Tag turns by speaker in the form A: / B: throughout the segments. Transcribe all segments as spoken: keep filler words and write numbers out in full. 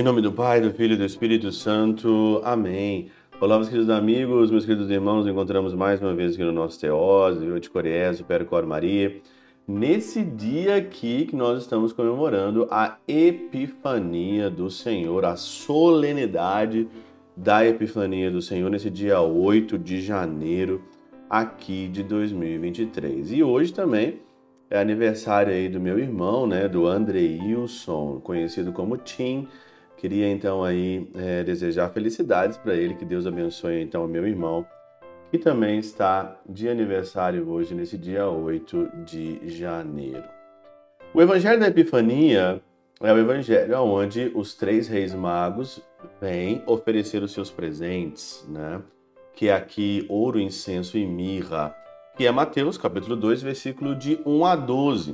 A: nome do Pai, do Filho e do Espírito Santo. Amém. Olá, meus queridos amigos, meus queridos irmãos, nos encontramos mais uma vez aqui no nosso Teose, eu de Coriésio, Percor Maria, nesse dia aqui que nós estamos comemorando a Epifania do Senhor, a solenidade da Epifania do Senhor, nesse dia oito de janeiro aqui de dois mil e vinte e três. E hoje também é aniversário aí do meu irmão, né, do Andreilson, conhecido como Tim. Queria então aí é, desejar felicidades para ele, que Deus abençoe então o meu irmão, que também está de aniversário hoje, nesse dia oito de janeiro. O Evangelho da Epifania é o evangelho onde os três reis magos vêm oferecer os seus presentes, né? Que é aqui ouro, incenso e mirra, que é Mateus, capítulo dois, versículo de um a doze.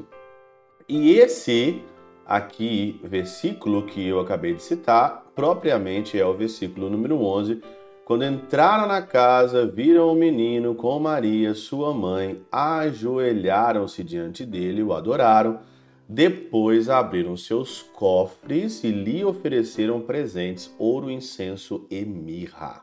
A: E esse aqui, versículo que eu acabei de citar, propriamente é o versículo número onze, quando entraram na casa, viram o menino com Maria, sua mãe, ajoelharam-se diante dele, o adoraram, depois abriram seus cofres e lhe ofereceram presentes, ouro, incenso e mirra.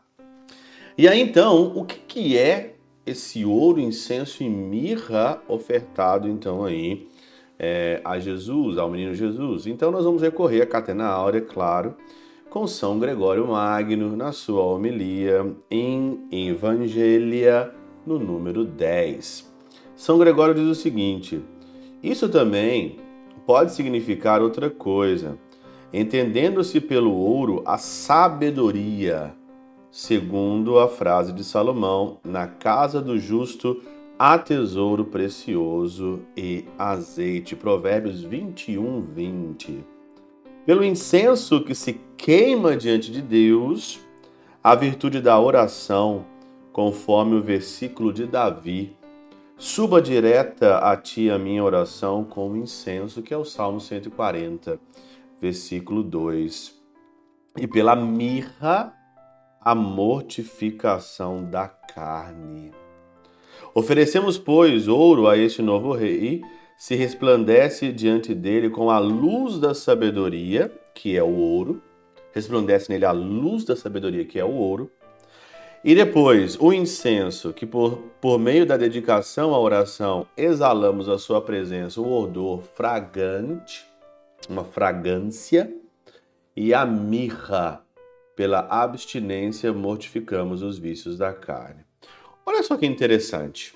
A: E aí então, o que, que é esse ouro, incenso e mirra ofertado então aí É, a Jesus, ao menino Jesus? Então nós vamos recorrer à Catena Áurea, claro, com São Gregório Magno, na sua homilia em Evangelia, no número dez. São Gregório diz o seguinte: isso também pode significar outra coisa, entendendo-se pelo ouro a sabedoria, segundo a frase de Salomão, na casa do justo há tesouro precioso e azeite. Provérbios vinte e um, vinte. Pelo incenso que se queima diante de Deus, a virtude da oração, conforme o versículo de Davi. Suba direta a ti a minha oração com o incenso, que é o Salmo cento e quarenta, versículo dois. E pela mirra, a mortificação da carne. Oferecemos, pois, ouro a este novo rei, se resplandece diante dele com a luz da sabedoria, que é o ouro, resplandece nele a luz da sabedoria, que é o ouro, e depois o incenso, que por, por meio da dedicação à oração exalamos a sua presença, o odor fragante, uma fragrância, e a mirra, pela abstinência mortificamos os vícios da carne. Olha só que interessante.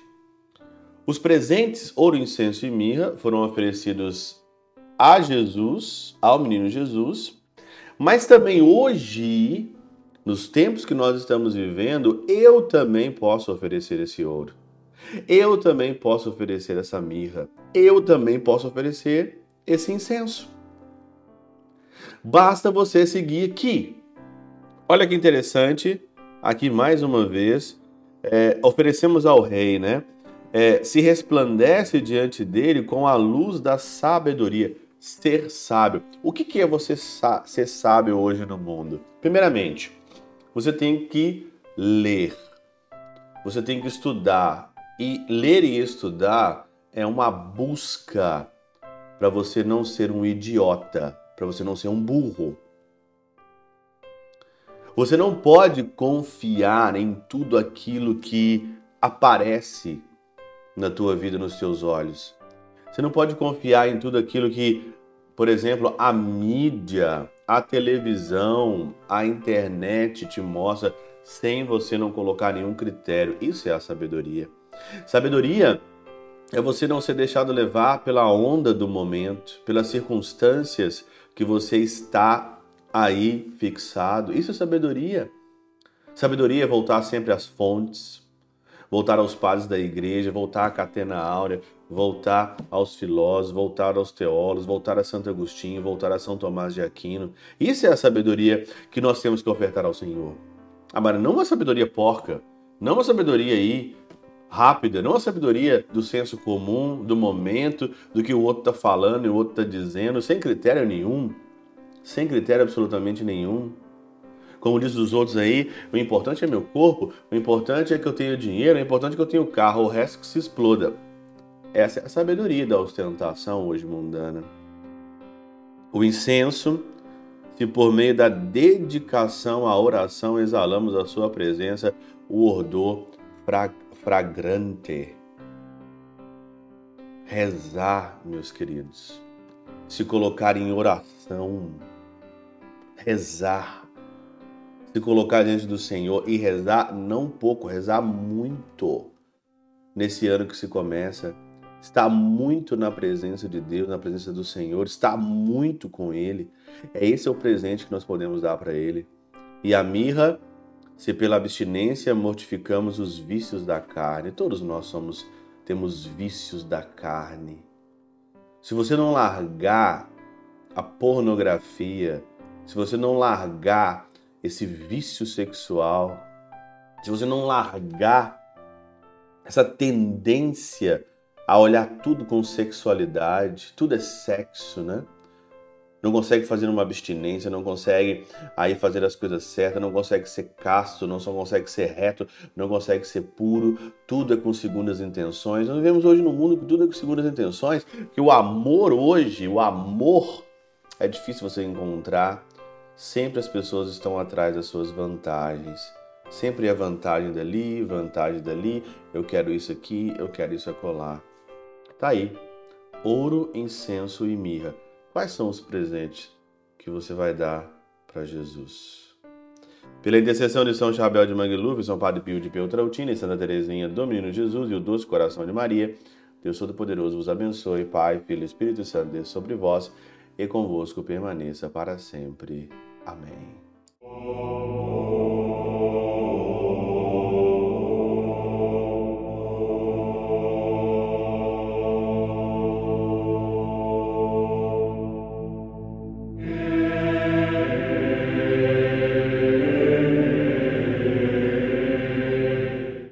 A: Os presentes ouro, incenso e mirra foram oferecidos a Jesus, ao menino Jesus, mas também hoje, nos tempos que nós estamos vivendo, eu também posso oferecer esse ouro. Eu também posso oferecer essa mirra. Eu também posso oferecer esse incenso. Basta você seguir aqui. Olha que interessante, aqui mais uma vez, É, oferecemos ao rei, né? É, se resplandece diante dele com a luz da sabedoria. Ser sábio. O que, que é você ser sábio hoje no mundo? Primeiramente, você tem que ler. Você tem que estudar. E ler e estudar é uma busca para você não ser um idiota, para você não ser um burro. Você não pode confiar em tudo aquilo que aparece na tua vida, nos teus olhos. Você não pode confiar em tudo aquilo que, por exemplo, a mídia, a televisão, a internet te mostra, sem você não colocar nenhum critério. Isso é a sabedoria. Sabedoria é você não ser deixado levar pela onda do momento, pelas circunstâncias que você está aí fixado. Isso é sabedoria. Sabedoria é voltar sempre às fontes, voltar aos padres da igreja, voltar à Catena Áurea, voltar aos filósofos, voltar aos teólogos, voltar a Santo Agostinho, voltar a São Tomás de Aquino. Isso é a sabedoria que nós temos que ofertar ao Senhor. Agora, não uma sabedoria porca, não uma sabedoria aí rápida, não a sabedoria do senso comum, do momento, do que o outro está falando e o outro está dizendo, sem critério nenhum. Sem critério absolutamente nenhum. Como diz os outros aí, o importante é meu corpo, o importante é que eu tenho dinheiro, o importante é que eu tenho carro, o resto que se exploda. Essa é a sabedoria da ostentação hoje mundana. O incenso se por meio da dedicação à oração exalamos a sua presença, o odor fra- fragrante. Rezar, meus queridos, se colocar em oração, rezar, se colocar diante do Senhor e rezar não pouco, rezar muito. Nesse ano que se começa, estar muito na presença de Deus, na presença do Senhor, estar muito com Ele. É esse é o presente que nós podemos dar para Ele. E a mirra, se pela abstinência mortificamos os vícios da carne. Todos nós somos, temos vícios da carne. Se você não largar a pornografia, se você não largar esse vício sexual, se você não largar essa tendência a olhar tudo com sexualidade, tudo é sexo, né? Não consegue fazer uma abstinência, não consegue aí fazer as coisas certas, não consegue ser casto, não só consegue ser reto, não consegue ser puro, tudo é com segundas intenções. Nós vivemos hoje num mundo que tudo é com segundas intenções, que o amor hoje, o amor é difícil você encontrar. Sempre as pessoas estão atrás das suas vantagens. Sempre é vantagem dali, vantagem dali, eu quero isso aqui, eu quero isso acolá. Tá aí, ouro, incenso e mirra. Quais são os presentes que você vai dar para Jesus? Pela intercessão de São Chabel de Mangluf, São Padre Pio de Peltrautina e Santa Teresinha do Menino Jesus e o Doce Coração de Maria, Deus Todo-Poderoso vos abençoe, Pai, Filho e Espírito Santo, Deus sobre vós e convosco permaneça para sempre. Amém.